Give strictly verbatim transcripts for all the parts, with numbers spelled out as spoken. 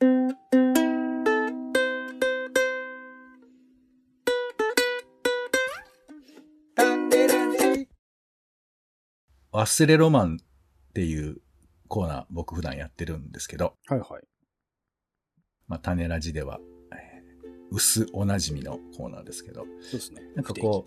忘れロマンっていうコーナー僕普段やってるんですけど。 はいはい。 まあ、種ラジでは、えー、薄おなじみのコーナーですけど。 そうですね。 なんかこう、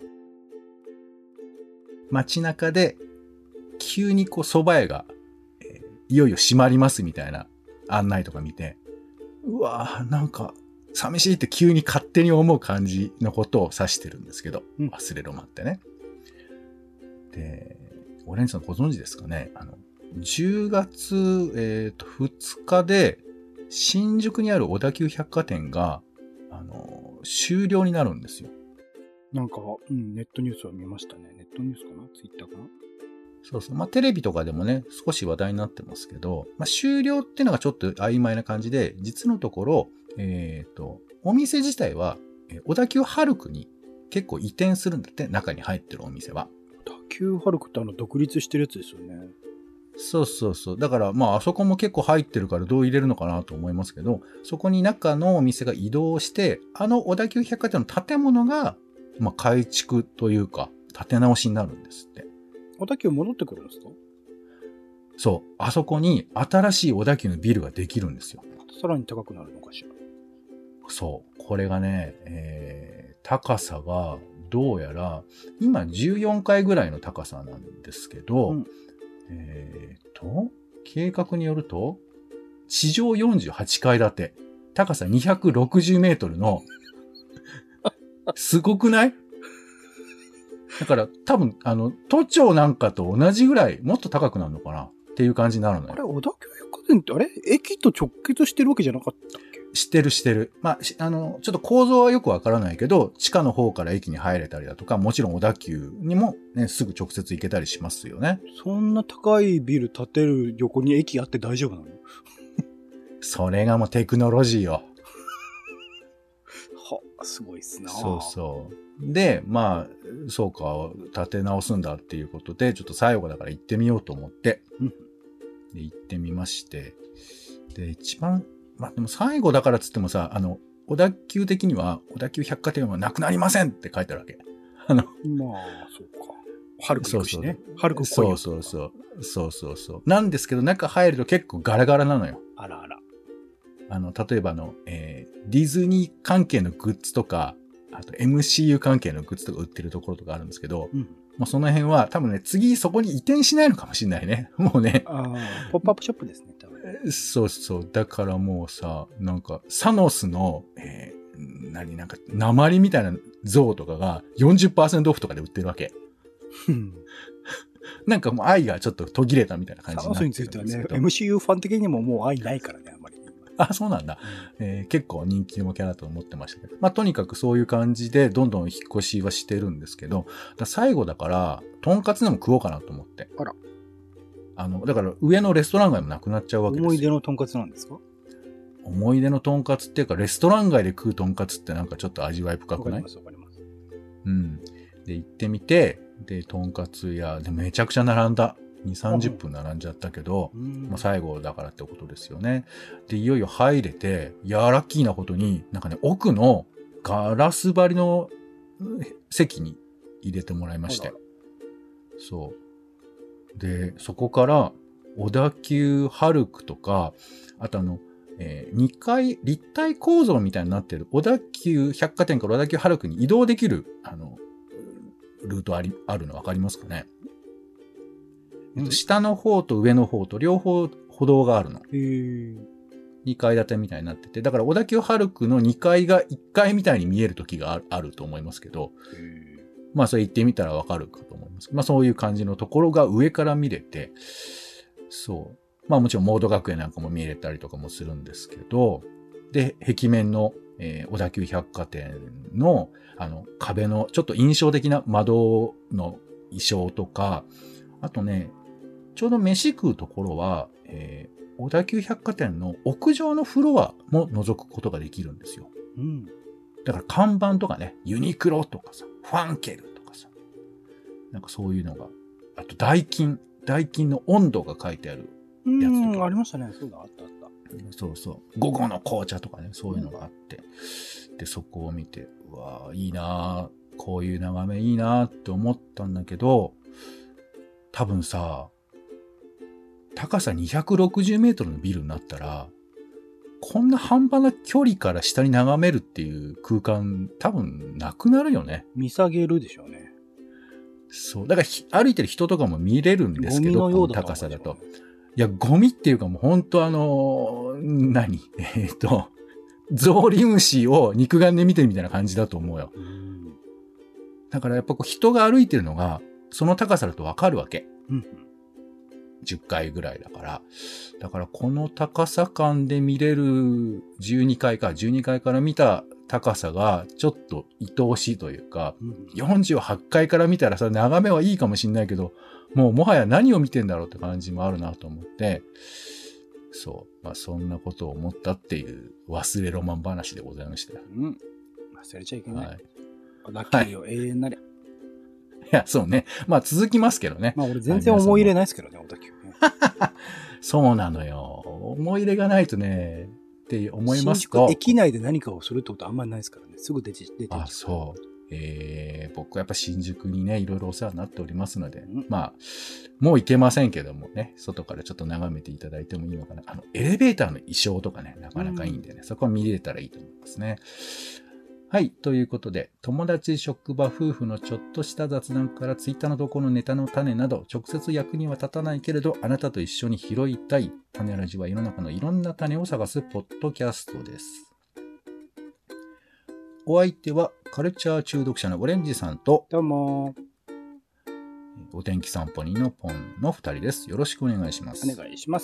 街中で急にこう蕎麦屋が、えー、いよいよ閉まりますみたいな案内とか見て、うわぁ、なんか寂しいって急に勝手に思う感じのことを指してるんですけど、うん、忘れロマンってね。で、オレンジさんご存知ですかね、あの、じゅうがつ、えーと、ふつかで、新宿にある小田急百貨店が、あの、終了になるんですよ。 なんか、うん、ネットニュースを見ましたね。ネットニュースかな？ツイッターかな？ そうそう。まあ、テレビとかでもね、少し話題になってますけど、まあ、終了っていうのがちょっと曖昧な感じで、実のところ、えっと、お店自体は、小田急ハルクに結構移転するんだって、中に入ってるお店は。 小田急ハルクってあの、独立してるやつですよね。 そうそうそう。だから、まあ、あそこも結構入ってるからどう入れるのかなと思いますけど、そこに中のお店が移動して、あの小田急百貨店の建物が、まあ、改築というか、建て直しになるんですって。 小田急戻ってくるんですか？ そう。あそこに新しい小田急のビルができるんですよ。 さらに高くなるのかしら。 そう。これがね、えー、高さが、どうやら、今じゅうよんかいぐらいの高さなんですけど、うん、えーと、計画によると、地上よんじゅうはちかい建て、高さにひゃくろくじゅうメートルの、すごくない？だから多分、あの、都庁なんかと同じぐらい、もっと高くなるのかなっていう感じになるのよ。 あれ、小田急百貨店ってあれ駅と直結してるわけじゃなかったっけ？ してるしてる。まあ、あの、ちょっと構造はよくわからないけど、地下の方から駅に入れたりだとか、もちろん小田急にもね、すぐ直接行けたりしますよね。 そんな高いビル建てる横に駅あって大丈夫なの？ それがもうテクノロジーよ。 は、すごいっすな。 そうそう。で、まあ、そうか、建て直すんだっていうことで、ちょっと最後だから行ってみようと思って、うん、で行ってみまして、で、一番、まあでも最後だからっつってもさ、あの、小田急的には、小田急百貨店はなくなりませんって書いてあるわけ。あの、 まあ、そうか。ハルク行くしね。ハルク来いよ。 そうそうそう。そうそうそう。なんですけど、中入ると結構ガラガラなのよ。 あらあら。 あの、例えばあの、えー、ディズニー関係のグッズとか、あと エムシーユー 関係のグッズとか売ってるところとかあるんですけど、うん、もうその辺は多分ね、次そこに移転しないのかもしれないね。もうね。 ああ、ポップアップショップですね、多分。 そうそう。だからもうさ、なんか、サノスの、えー、何、なんか、鉛みたいな像とかが よんじゅっパーセント オフとかで売ってるわけ。なんかもう愛がちょっと途切れたみたいな感じになってるんですけど。 サノスについてはね、エムシーユー ファン的にももう愛ないからね、あんまり。 あ、そうなんだ、うんえー。結構人気のキャラと思ってましたけど。まあ、とにかくそういう感じで、どんどん引っ越しはしてるんですけど、だ最後だから、とんかつでも食おうかなと思って。 あら。 あの、だから上のレストラン街もなくなっちゃうわけですよ。 思い出のとんかつなんですか？ 思い出のとんかつっていうか、レストラン街で食うとんかつってなんかちょっと味わい深くない？わかります、わかります。うん。で、行ってみて、で、とんかつ屋でめちゃくちゃ並んだ。にじゅう、さんじゅっぷん並んじゃったけど、まあ、最後だからってことですよね。で、いよいよ入れて、いや、ラッキーなことに、なんかね、奥のガラス張りの席に入れてもらいまして。そう。で、そこから、小田急ハルクとか、あとあの、えー、にかい立体構造みたいになってる小田急百貨店から小田急ハルクに移動できる、あの、ルートあり、あるの分かりますかね？えっと、下の方と上の方と両方歩道があるの。 へー。 にかい建てみたいになってて、だから小田急ハルクのにかいがいっかいみたいに見える時があると思いますけど、まあそれ行ってみたらわかるかと思います。まあそういう感じのところが上から見れて、そう。まあもちろんモード学園なんかも見れたりとかもするんですけど、で、壁面の、えー、小田急百貨店のあの壁のちょっと印象的な窓の衣装とか、あとね、ちょうど飯食うところは、えー、小田急百貨店の屋上のフロアも覗くことができるんですよ。 うん。 だから看板とかね、ユニクロとかさ、ファンケルとかさ、なんかそういうのが、あとダイキン、ダイキンの温度が書いてあるやつとか。 うん、ありましたね。そうだ、あったあった。 そうそう。午後の紅茶とかね、そういうのがあって。で、そこを見て、うわぁ、いいなぁ、こういう眺めいいなぁって思ったんだけど、多分さ、高さにひゃくろくじゅうメートルのビルになったら、こんな半端な距離から下に眺めるっていう空間、多分なくなるよね。 見下げるでしょうね。 そう。だから歩いてる人とかも見れるんですけど、 ゴミのようだこの高さだと。いや、ゴミっていうかもう本当あの、何えっ、ー、と、ゾウリムシを肉眼で見てるみたいな感じだと思うよ。 うん、 だからやっぱこう人が歩いてるのが、その高さだとわかるわけ。 うん、 じゅっかいぐらいだから。だからこの高さ感で見れるじゅうにかいか、じゅうにかいから見た高さがちょっと愛おしいというか、うん、よんじゅうはちかいから見たらさ、眺めはいいかもしんないけど、もうもはや何を見てんだろうって感じもあるなと思って、そう。まあそんなことを思ったっていう忘れロマン話でございましたよ。 うん。忘れちゃいけない。はい、ラッキーよ、はい、永遠なれ。いや、そうね。まあ続きますけどね。 まあ俺全然思い入れないですけどね、小田急。 そうなのよ。思い入れがないとね、って思いますと。 新宿駅内で何かをするってことあんまりないですからね。すぐ出て、出てあ、そう。えー、僕はやっぱ新宿にね、いろいろお世話になっておりますので、うん、まあ、もう行けませんけどもね、外からちょっと眺めていただいてもいいのかな。あの、エレベーターの衣装とかね、なかなかいいんでね、うん、そこは見れたらいいと思いますね。はい。ということで、友達、職場、夫婦のちょっとした雑談からツイッターの投稿のネタの種など、直接役には立たないけれど、あなたと一緒に拾いたい種ラジは世の中のいろんな種を探すポッドキャストです。お相手はカルチャー中毒者のオレンジさんと、 どうもお天気散歩人のポンのふたりです。よろしくお願いします。 お願いします。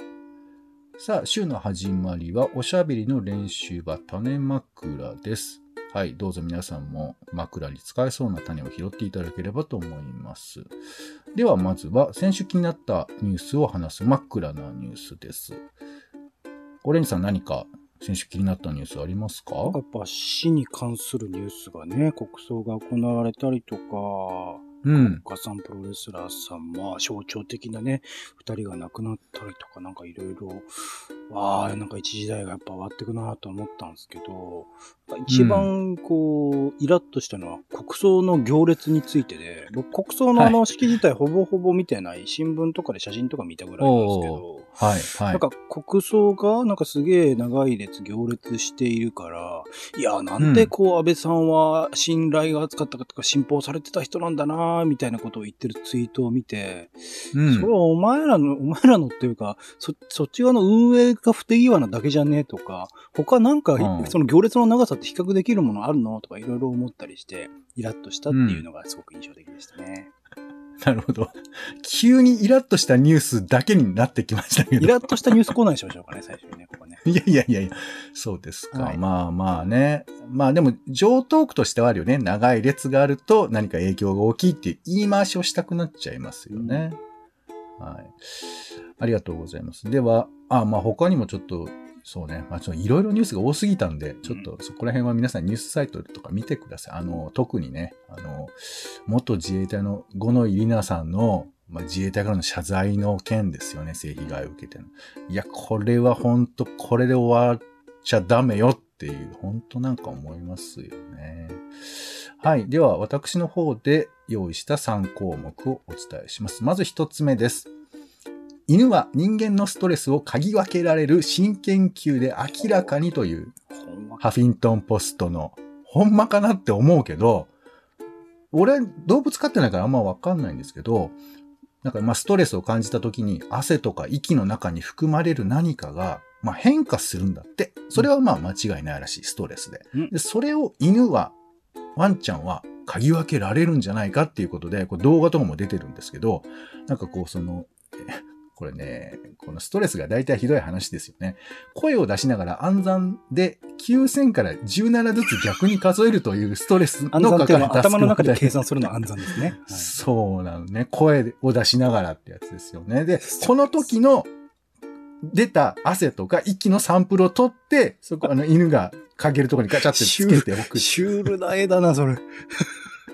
さあ、週の始まりはおしゃべりの練習場種枕です。はい、どうぞ皆さんも枕に使えそうな種を拾っていただければと思います。ではまずは先週気になったニュースを話す枕なニュースです。オレンジさん何か先週気になったニュースありますか？ やっぱ死に関するニュースがね、国葬が行われたりとか、 うん。 国家さんプロレスラーさん、まあ象徴的なね、二人が亡くなったりとか、なんかいろいろ、わあ、なんか一時代がやっぱ終わっていくなと思ったんですけど、一番こう、うん、イラッとしたのは国葬の行列についてで、僕国葬のあの式自体ほぼほぼ見てない、新聞とかで写真とか見たぐらいなんですけど、 はい、はい。 なんか国葬がなんかすげえ長い列行列しているから、いや、なんでこう安倍さんは信頼が厚かったかとか信奉されてた人なんだなみたいなことを言ってるツイートを見て、うん、それはお前らの、お前らのっていうか、そ、そっち側の運営が不手際なだけじゃねえとか、他なんか、うん、その行列の長さって比較できるものあるのとかいろいろ思ったりして、イラッとしたっていうのがすごく印象的でしたね。 うん、なるほど。急にイラッとしたニュースだけになってきましたけど。 イラッとしたニュースコーナーにしましょうかね、最初にね、ここね。 いやいやいやいや、そうですか。はい、まあまあね。まあでも、常トークとしてはあるよね。長い列があると何か影響が大きいっていう言い回しをしたくなっちゃいますよね。うん、はい。ありがとうございます。では、あ、まあ他にもちょっと、そうね。まあちょっといろいろニュースが多すぎたんで、ちょっとそこら辺は皆さんニュースサイトとか見てください。あの、特にね、あの、元自衛隊の五ノ井里奈さんの、まあ、自衛隊からの謝罪の件ですよね。性被害を受けての。いや、これは本当これで終わっちゃダメよっていう、本当なんか思いますよね。はい。では、私の方で用意したさんこうもくをお伝えします。まずひとつめです。犬は人間のストレスを嗅ぎ分けられる新研究で明らかにという、ハフィントンポストの、ほんまかなって思うけど、俺、動物飼ってないからあんまわかんないんですけど、なんかまあストレスを感じた時に汗とか息の中に含まれる何かがまあ変化するんだって。それはまあ間違いないらしい、ストレスで。でそれを犬は、ワンちゃんは嗅ぎ分けられるんじゃないかっていうことで、これ動画とかも出てるんですけど、なんかこうその、これね、このストレスが大体ひどい話ですよね。声を出しながら暗算できゅうせんからじゅうななずつ逆に数えるというストレスのかかるタスクを頭の中で計算するのは暗算ですね。はい、 そうなのね。声を出しながらってやつですよね。で、この時の出た汗とか息のサンプルを取って、そこあの犬が嗅げるところにガチャってつけておく。 シュールな絵だな、それ。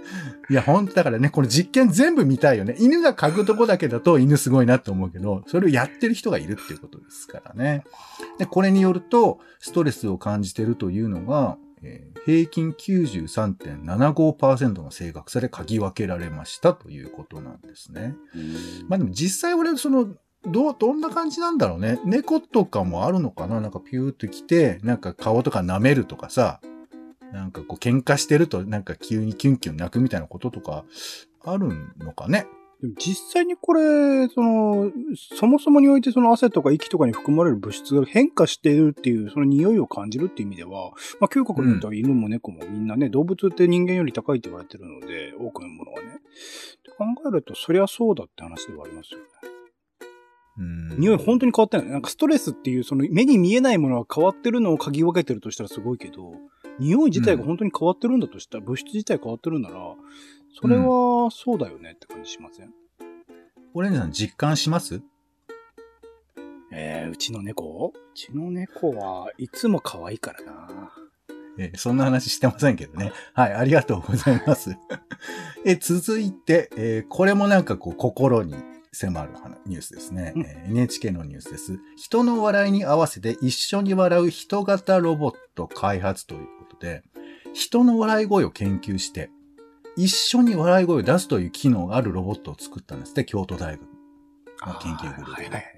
いや、ほんとだからね、この実験全部見たいよね。犬が嗅ぐとこだけだと犬すごいなって思うけど、それをやってる人がいるっていうことですからね。で、これによると、ストレスを感じてるというのが、えー、平均 きゅうじゅうさんてんななごパーセント の正確さで嗅ぎ分けられましたということなんですね。まあでも実際俺、その、どう、どんな感じなんだろうね。猫とかもあるのかな、なんかピューっと来て、なんか顔とか舐めるとかさ、なんかこう喧嘩してるとなんか急にキュンキュン泣くみたいなこととかあるのかね。 でも実際にこれ、その、そもそもにおいてその汗とか息とかに含まれる物質が変化しているっていう、その匂いを感じるっていう意味では、まあ嗅覚によっては犬も猫もみんなね、うん、動物って人間より高いって言われてるので、多くのものはね。って考えると、そりゃそうだって話ではありますよね。うん、匂い本当に変わってない。なんかストレスっていう、その目に見えないものが変わってるのを嗅ぎ分けてるとしたらすごいけど、匂い自体が本当に変わってるんだとしたら、うん、物質自体変わってるんなら、それはそうだよねって感じしません？ オレンジさん実感します？ えー、うちの猫？うちの猫はいつも可愛いからな。 えー、そんな話してませんけどね。はい、ありがとうございます。えー、続いて、えー、これもなんかこう心に迫るニュースですね、うんえー。エヌエイチケー のニュースです。人の笑いに合わせて一緒に笑う人型ロボット開発ということで、人の笑い声を研究して、一緒に笑い声を出すという機能があるロボットを作ったんですね。京都大学の研究グループで。はいはいはい。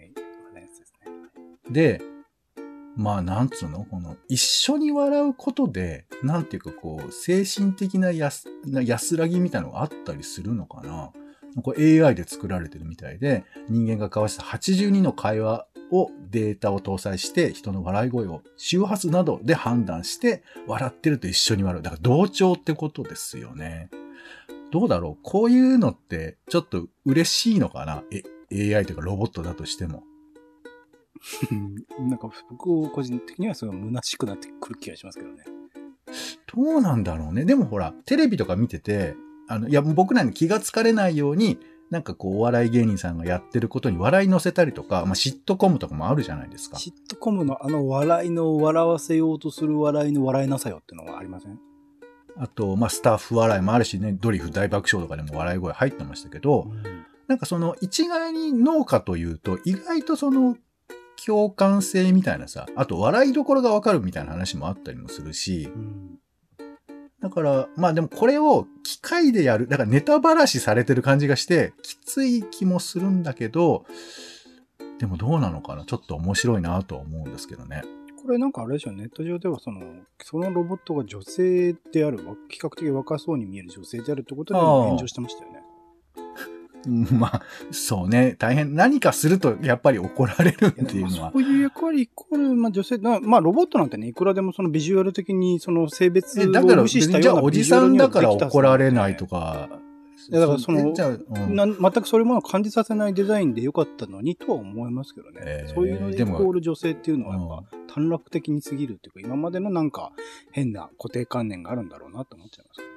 で、まあなんつうのこの一緒に笑うことで、なんていうかこう、精神的な安安らぎみたいなのがあったりするのかな。これ エーアイ で作られてるみたいで、人間が交わしたはちじゅうにの会話をデータを搭載して人の笑い声を周波数などで判断して笑ってると一緒に笑う。だから同調ってことですよね。どうだろうこういうのってちょっと嬉しいのかなえ エーアイ というかロボットだとしても。 なんか僕個人的にはすごい虚しくなってくる気がしますけどね。 どうなんだろうね。でもほら、テレビとか見てて、あの、いや僕らに気がつかれないように、なんかこうお笑い芸人さんがやってることに笑い乗せたりとか、まあ、シットコムとかもあるじゃないですか。 シットコムのあの笑いの笑わせようとする笑いの笑いなさよってのがありません？ あと、まあ、スタッフ笑いもあるしね、ドリフ大爆笑とかでも笑い声入ってましたけど、うん、なんかその一概にノーかというと、意外とその共感性みたいなさ、あと笑いどころがわかるみたいな話もあったりもするし、うん、だから、まあでもこれを機械でやる、だからネタばらしされてる感じがして、きつい気もするんだけど、でもどうなのかなちょっと面白いなとは思うんですけどね。 これなんかあれでしょ、ネット上ではその、そのロボットが女性である、比較的若そうに見える女性であるってことで炎上してましたよね。 まあ、そうね。大変。何かすると、やっぱり怒られるっていうのは。 そういう役割イコール、まあ女性、まあロボットなんてね、いくらでもそのビジュアル的にその性別を無視したようなおじさんだから怒られないとか。 いやだからその、うん、な全くそういうものを感じさせないデザインで良かったのにとは思いますけどね。えー、そういうのでイコール女性っていうのはやっぱ短絡的に過ぎるっていうか、今までのなんか変な固定観念があるんだろうなと思っちゃいますけどね。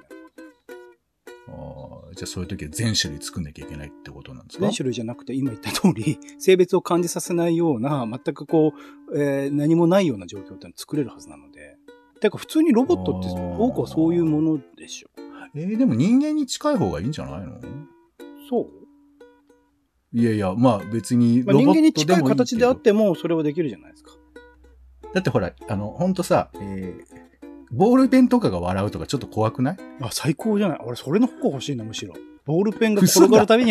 あじゃあそういう時は全種類作んなきゃいけないってことなんですか？ 全種類じゃなくて今言った通り性別を感じさせないような全くこう、えー、何もないような状況っての作れるはずなので。てか普通にロボットって多くはそういうものでしょ。 えー、でも人間に近い方がいいんじゃないの？ そういやいや、まあ別にロボットでもいいけど、 まあ、人間に近い形であってもそれはできるじゃないですか。 だってほら、あの、ほんとさ、えー、ボールペンとかが笑うとかちょっと怖くない？ あ、最高じゃない。俺それの方が欲しいな、むしろ。ボールペンが転がるたびに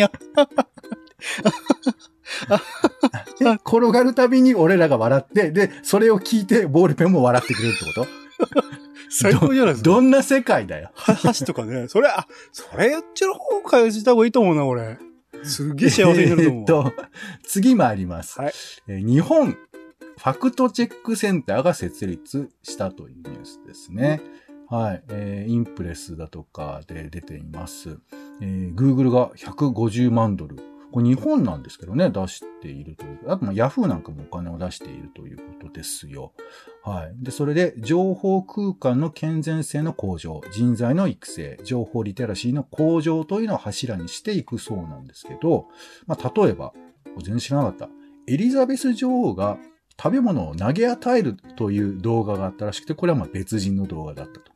転がるたびに俺らが笑って、で、それを聞いてボールペンも笑ってくれるってこと最高じゃないですか。 どんな世界だよ。 箸とかね。それ、あ、それやっちゃう方を開発した方がいいと思うな、俺。すげえ幸せになると思う。えー、っと、 次参ります。 はい。 えー、日本ファクトチェックセンターが設立したというニュースですね。うん、はい。えー、インプレスだとかで出ています。えー、Google がひゃくごじゅうまんドル。これ日本なんですけどね、出しているという。あと、まあ、Yahoo なんかもお金を出しているということですよ。はい。で、それで、情報空間の健全性の向上、人材の育成、情報リテラシーの向上というのを柱にしていくそうなんですけど、まあ、例えば、全然知らなかった。エリザベス女王が食べ物を投げ与えるという動画があったらしくて、これはまあ別人の動画だったとか。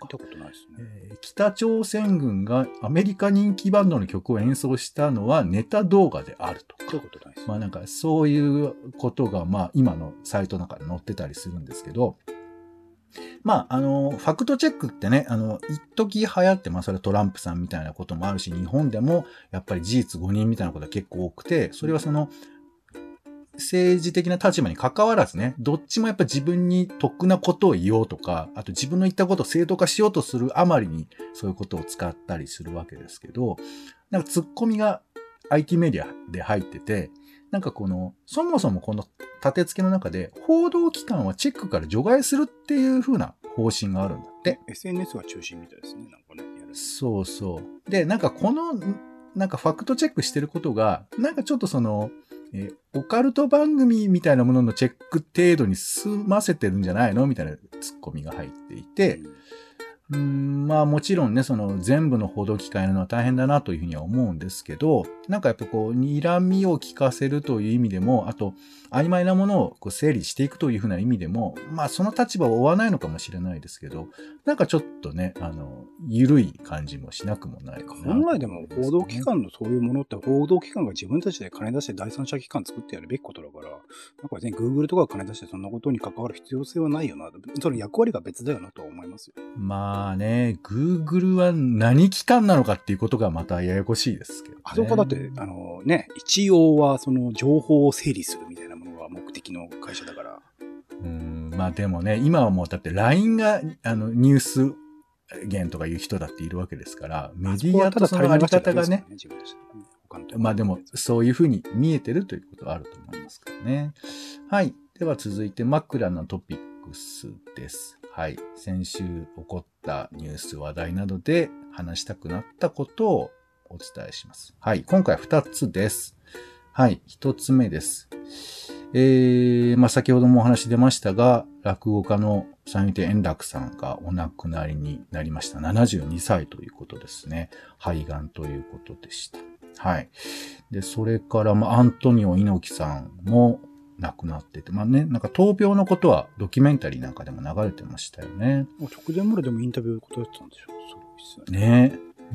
見たことないですね。 えー、北朝鮮軍がアメリカ人気バンドの曲を演奏したのはネタ動画であるとか。 見たことないですね。 まあなんかそういうことがまあ今のサイトの中に載ってたりするんですけど、まああの、ファクトチェックってね、あの、一時流行って、まあそれトランプさんみたいなこともあるし、日本でもやっぱり事実誤認みたいなことが結構多くて、それはその、政治的な立場に関わらずね、どっちもやっぱ自分に得なことを言おうとか、あと自分の言ったことを正当化しようとするあまりにそういうことを使ったりするわけですけど、なんかツッコミが アイティー メディアで入ってて、なんかこの、そもそもこの立て付けの中で、報道機関はチェックから除外するっていう風な方針があるんだって。 エスエヌエス が中心みたいですね、なんかね。 そうそう。で、なんかこの、なんかファクトチェックしてることが、なんかちょっとその、えー、オカルト番組みたいなもののチェック程度に済ませてるんじゃないのみたいなツッコミが入っていて、うーん、まあもちろんね、その全部の報道機関やるのは大変だなというふうには思うんですけど、なんかやっぱこう、睨みを聞かせるという意味でも、あと、曖昧なものをこう整理していくというふうな意味でも、まあその立場を負わないのかもしれないですけど、なんかちょっとね、あの、緩い感じもしなくもないかな、 本来でも報道機関のそういうものって報道機関が自分たちで金出して第三者機関作ってやるべきことだから、なんかね、Google とかが金出してそんなことに関わる必要性はないよな。その役割が別だよなとは思いますよ。 まあね、Google は何機関なのかっていうことがまたややこしいですけどね。 あそこだって、あのね、一応はその情報を整理するみたいなものが目的の会社だから。 うーん、まあでもね、今はもうだって ライン があのニュース源とかいう人だっているわけですから、メディアとそのあり方がね、まあでもそういうふうに見えてるということはあると思いますからね。はい。では続いて枕のトピックスです。はい。先週起こったニュース話題などで話したくなったことをお伝えします。はい。今回ふたつです。はい。ひとつめです。えー、まあ、先ほどもお話出ましたが、落語家の三遊亭円楽さんがお亡くなりになりました。ななじゅうにさいということですね。肺がんということでした。はい。で、それから、まあ、アントニオ猪木さんも亡くなってて、まあね、なんか闘病のことはドキュメンタリーなんかでも流れてましたよね。 直前まででもインタビュー答えてたんでしょ。そうですね。ね。うん。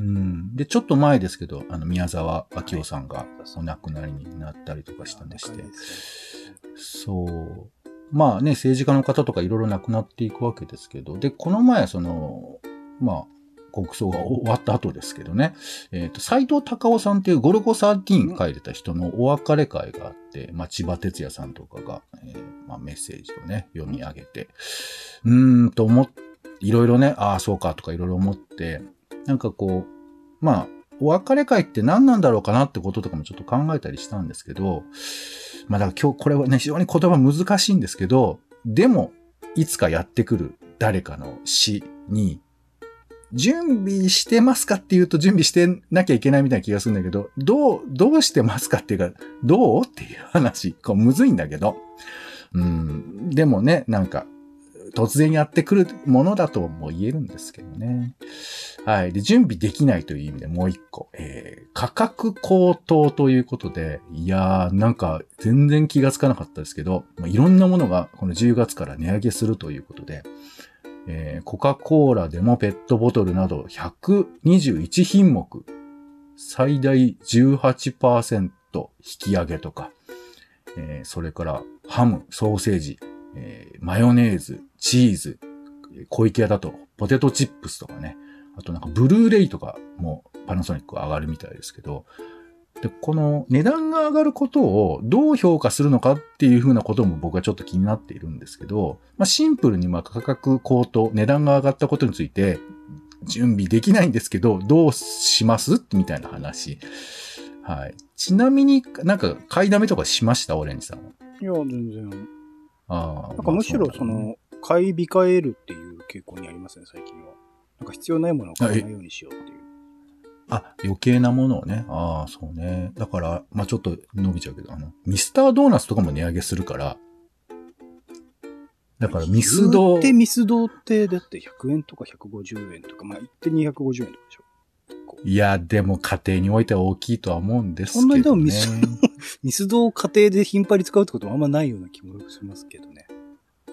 で、ちょっと前ですけど、あの、宮沢明夫さんがお亡くなりになったりとかしたんでして。そう。まあね、政治家の方とかいろいろ亡くなっていくわけですけど、で、この前、その、まあ、国葬が終わった後ですけどね、えっと、斎藤隆夫さんっていうゴルゴじゅうさん書いてた人のお別れ会があって、まあ、千葉哲也さんとかが、えーまあ、メッセージをね、読み上げて、うーんと思って、いろいろね、ああ、そうかとかいろいろ思って、なんかこう、まあ、お別れ会って何なんだろうかなってこととかもちょっと考えたりしたんですけど、まあだから今日これはね、非常に言葉難しいんですけど、でも、いつかやってくる誰かの死に、準備してますかっていうと準備してなきゃいけないみたいな気がするんだけど、どう、どうしてますかっていうか、どうっていう話、こうむずいんだけど、うん、でもね、なんか、突然やってくるものだとも言えるんですけどね。はい。で、準備できないという意味でもう一個、えー、価格高騰ということで、いやー、なんか全然気がつかなかったですけど、まあ、いろんなものがこのじゅうがつから値上げするということで、えー、コカ・コーラでもペットボトルなどひゃくにじゅういちひんもく、最大 じゅうはちパーセント 引き上げとか、えー、それからハム、ソーセージ、えー、マヨネーズ、チーズ、小池屋だとポテトチップスとかね、あとなんかブルーレイとかもパナソニックは上がるみたいですけど、で、この値段が上がることをどう評価するのかっていうふうなことも僕はちょっと気になっているんですけど、まあ、シンプルにまあ価格高騰、値段が上がったことについて準備できないんですけど、どうしますみたいな話。はい。ちなみになんか買いだめとかしましたオレンジさんは。 いや、全然。 ああ。 なんかむしろその、買い控えるっていう傾向にありますね、最近は。なんか必要ないものを買わないようにしようっていう。 あ、余計なものをね。ああ、そうね。だから、まあ、ちょっと伸びちゃうけど、あの、ミスタードーナツとかも値上げするから、だからミスド。 言ってミスドってだってひゃくえんとかひゃくごじゅうえんとか、まあ、言ってにひゃくごじゅうえんとかでしょ。 いや、でも家庭においては大きいとは思うんですけどね。 そんなにでもミスド、ミスドを家庭で頻繁に使うってこともあんまないような気もしますけどね。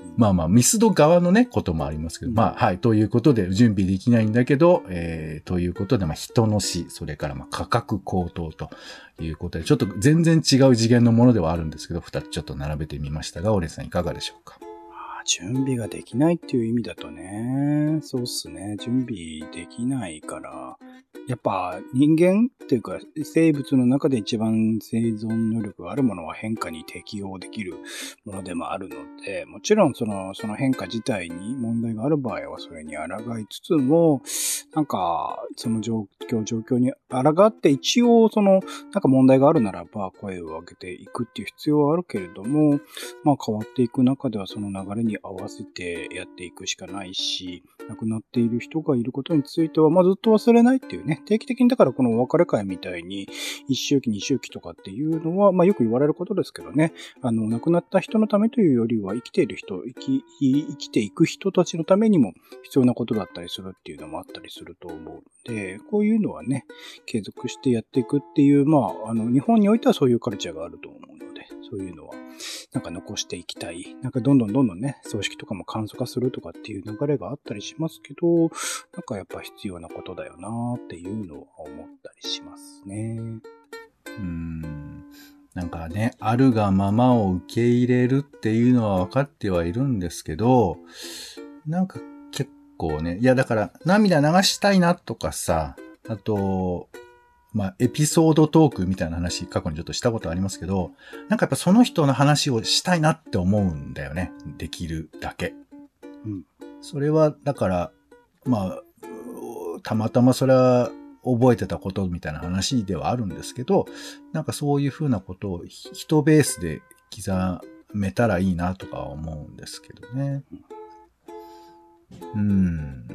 まあまあ、ミスド側のね、こともありますけど、うん、まあ、はい、ということで、準備できないんだけど、えー、ということで、まあ、人の死、それからまあ、価格高騰ということで、ちょっと全然違う次元のものではあるんですけど、二つちょっと並べてみましたが、オレンさんいかがでしょうか？ 準備ができないっていう意味だとね、そうっすね。準備できないから、やっぱ人間っていうか生物の中で一番生存能力があるものは変化に適応できるものでもあるので、もちろんその、その変化自体に問題がある場合はそれに抗いつつも、なんかその状況、状況に抗って一応その、なんか問題があるならば声を上げていくっていう必要はあるけれども、まあ変わっていく中ではその流れに合わせてやっていくしかないし、亡くなっている人がいることについては、まあずっと忘れないっていうね、定期的にだからこのお別れ会みたいに、一周期、二周期とかっていうのは、まあよく言われることですけどね、あの、亡くなった人のためというよりは、生きている人、生き、生きていく人たちのためにも必要なことだったりするっていうのもあったりすると思うので、こういうのはね、継続してやっていくっていう、まあ、あの、日本においてはそういうカルチャーがあると思うので、そういうのは、なんか残していきたい。なんかどんどんどんどんね、葬式とかも簡素化するとかっていう流れがあったりしますけど、なんかやっぱ必要なことだよなーっていうのは思ったりしますね。 うーん。なんかね、あるがままを受け入れるっていうのは分かってはいるんですけど、なんか結構ね、いやだから涙流したいなとかさ、あと、まあ、エピソードトークみたいな話、過去にちょっとしたことありますけど、なんかやっぱその人の話をしたいなって思うんだよね。できるだけ。 うん。 それは、だから、まあ、たまたまそれは覚えてたことみたいな話ではあるんですけど、なんかそういうふうなことを人ベースで刻めたらいいなとか思うんですけどね。うん、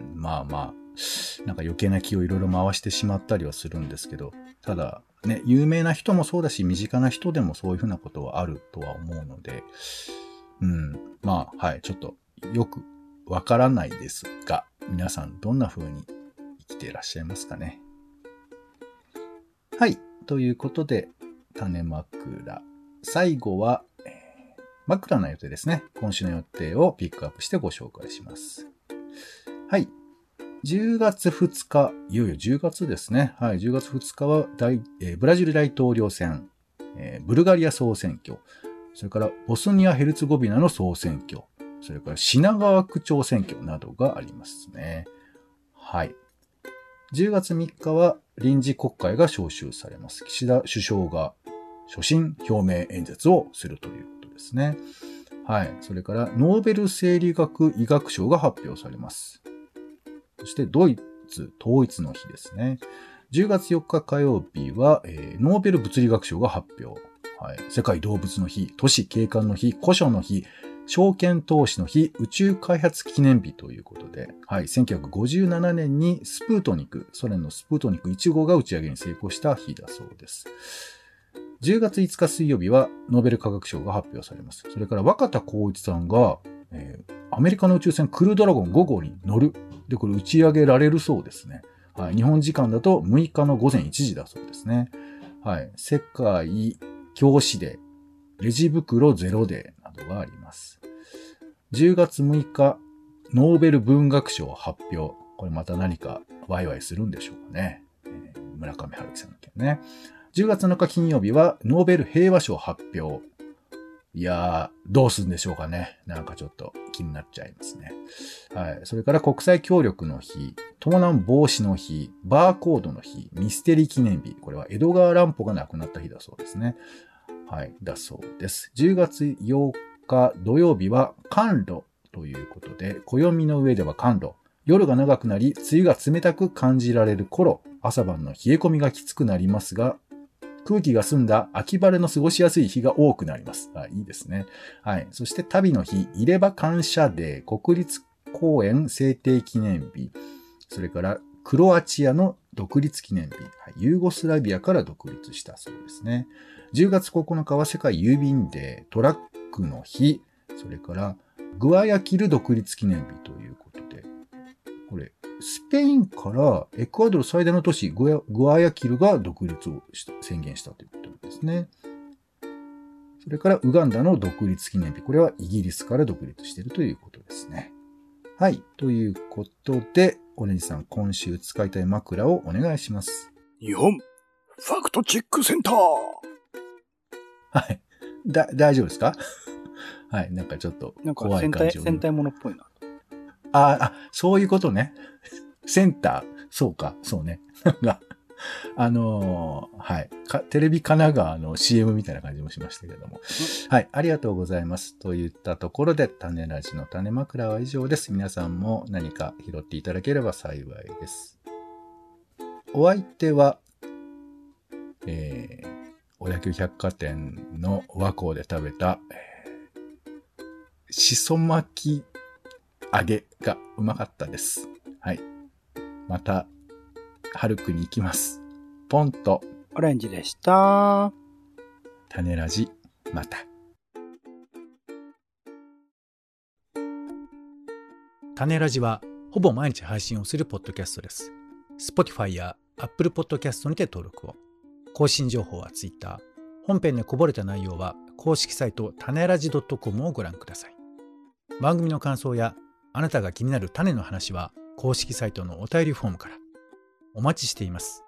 まあまあ。なんか余計な気をいろいろ回してしまったりはするんですけど、ただね、有名な人もそうだし、身近な人でもそういうふうなことはあるとは思うので、うん、まあ、はい、ちょっとよくわからないですが、皆さんどんな風に生きていらっしゃいますかね。はい、ということで、種枕。最後は、えー、枕の予定ですね。今週の予定をピックアップしてご紹介します。はい。じゅうがつふつか、いよいよじゅうがつですね。はい、じゅうがつふつかは大、えー、ブラジル大統領選、えー、ブルガリア総選挙、それからボスニア・ヘルツゴビナの総選挙、それから品川区長選挙などがありますね。はい。じゅうがつみっかは臨時国会が召集されます。岸田首相が所信表明演説をするということですね。はい。それからノーベル生理学医学賞が発表されます。そしてドイツ統一の日ですね。じゅうがつよっか火曜日は、えー、ノーベル物理学賞が発表。はい、世界動物の日、都市景観の日、古書の日、証券投資の日、宇宙開発記念日ということで、はい、せんきゅうひゃくごじゅうななねんにスプートニク、ソ連のスプートニクいち号が打ち上げに成功した日だそうです。じゅうがついつか水曜日はノーベル化学賞が発表されます。それから若田光一さんが、えー、アメリカの宇宙船クルードラゴンご号に乗る。で、これ打ち上げられるそうですね。はい、日本時間だとむいかのごぜんいちじだそうですね。はい、世界教師デー、レジ袋ゼロデーなどがあります。じゅうがつむいか、ノーベル文学賞発表。これまた何かワイワイするんでしょうかね。えー、村上春樹さんの件ね。じゅうがつなのか金曜日はノーベル平和賞発表。いやー、どうするんでしょうかね。なんかちょっと気になっちゃいますね。はい。それから国際協力の日、盗難防止の日、バーコードの日、ミステリー記念日。これは江戸川乱歩が亡くなった日だそうですね。はい。だそうです。じゅうがつようか土曜日は寒露ということで、暦の上では寒露。夜が長くなり、梅雨が冷たく感じられる頃、朝晩の冷え込みがきつくなりますが、空気が澄んだ秋晴れの過ごしやすい日が多くなります。あ、いいですね。はい。そして旅の日、入れ歯感謝デー、国立公園制定記念日、それからクロアチアの独立記念日、はい、ユーゴスラビアから独立したそうですね。じゅうがつここのかは世界郵便デー、トラックの日、それからグアヤキル独立記念日ということで、これ、スペインからエクアドル最大の都市グアヤキルが独立を宣言したということですね。 それからウガンダの独立記念日。これはイギリスから独立しているということですね。はい。ということで、オレンジさん、今週使いたい枕をお願いします。 日本ファクトチェックセンター。 はい。だ、大丈夫ですか？はい。なんかちょっと怖い感じ。 なんか戦隊、戦隊ものっぽいな。 ああ、そういうことね。センター。そうか、そうね。あのー、はいか。テレビ神奈川の シーエム みたいな感じもしましたけれども。はい。ありがとうございます。といったところで、種ラジの種枕は以上です。皆さんも何か拾っていただければ幸いです。お相手は、えー、小田急百貨店の和光で食べた、えー、しそ巻き揚げがうまかったです。はい。また、春くに行きます。ポンと。 オレンジでした。 種ラジ、また。種ラジは、ほぼ毎日配信をするポッドキャストです。Spotify や Apple Podcast にて登録を。更新情報は Twitter。本編でこぼれた内容は、公式サイト種ラジ .com をご覧ください。番組の感想や、あなたが気になる種の話は、公式サイトのお便りフォームから。お待ちしています。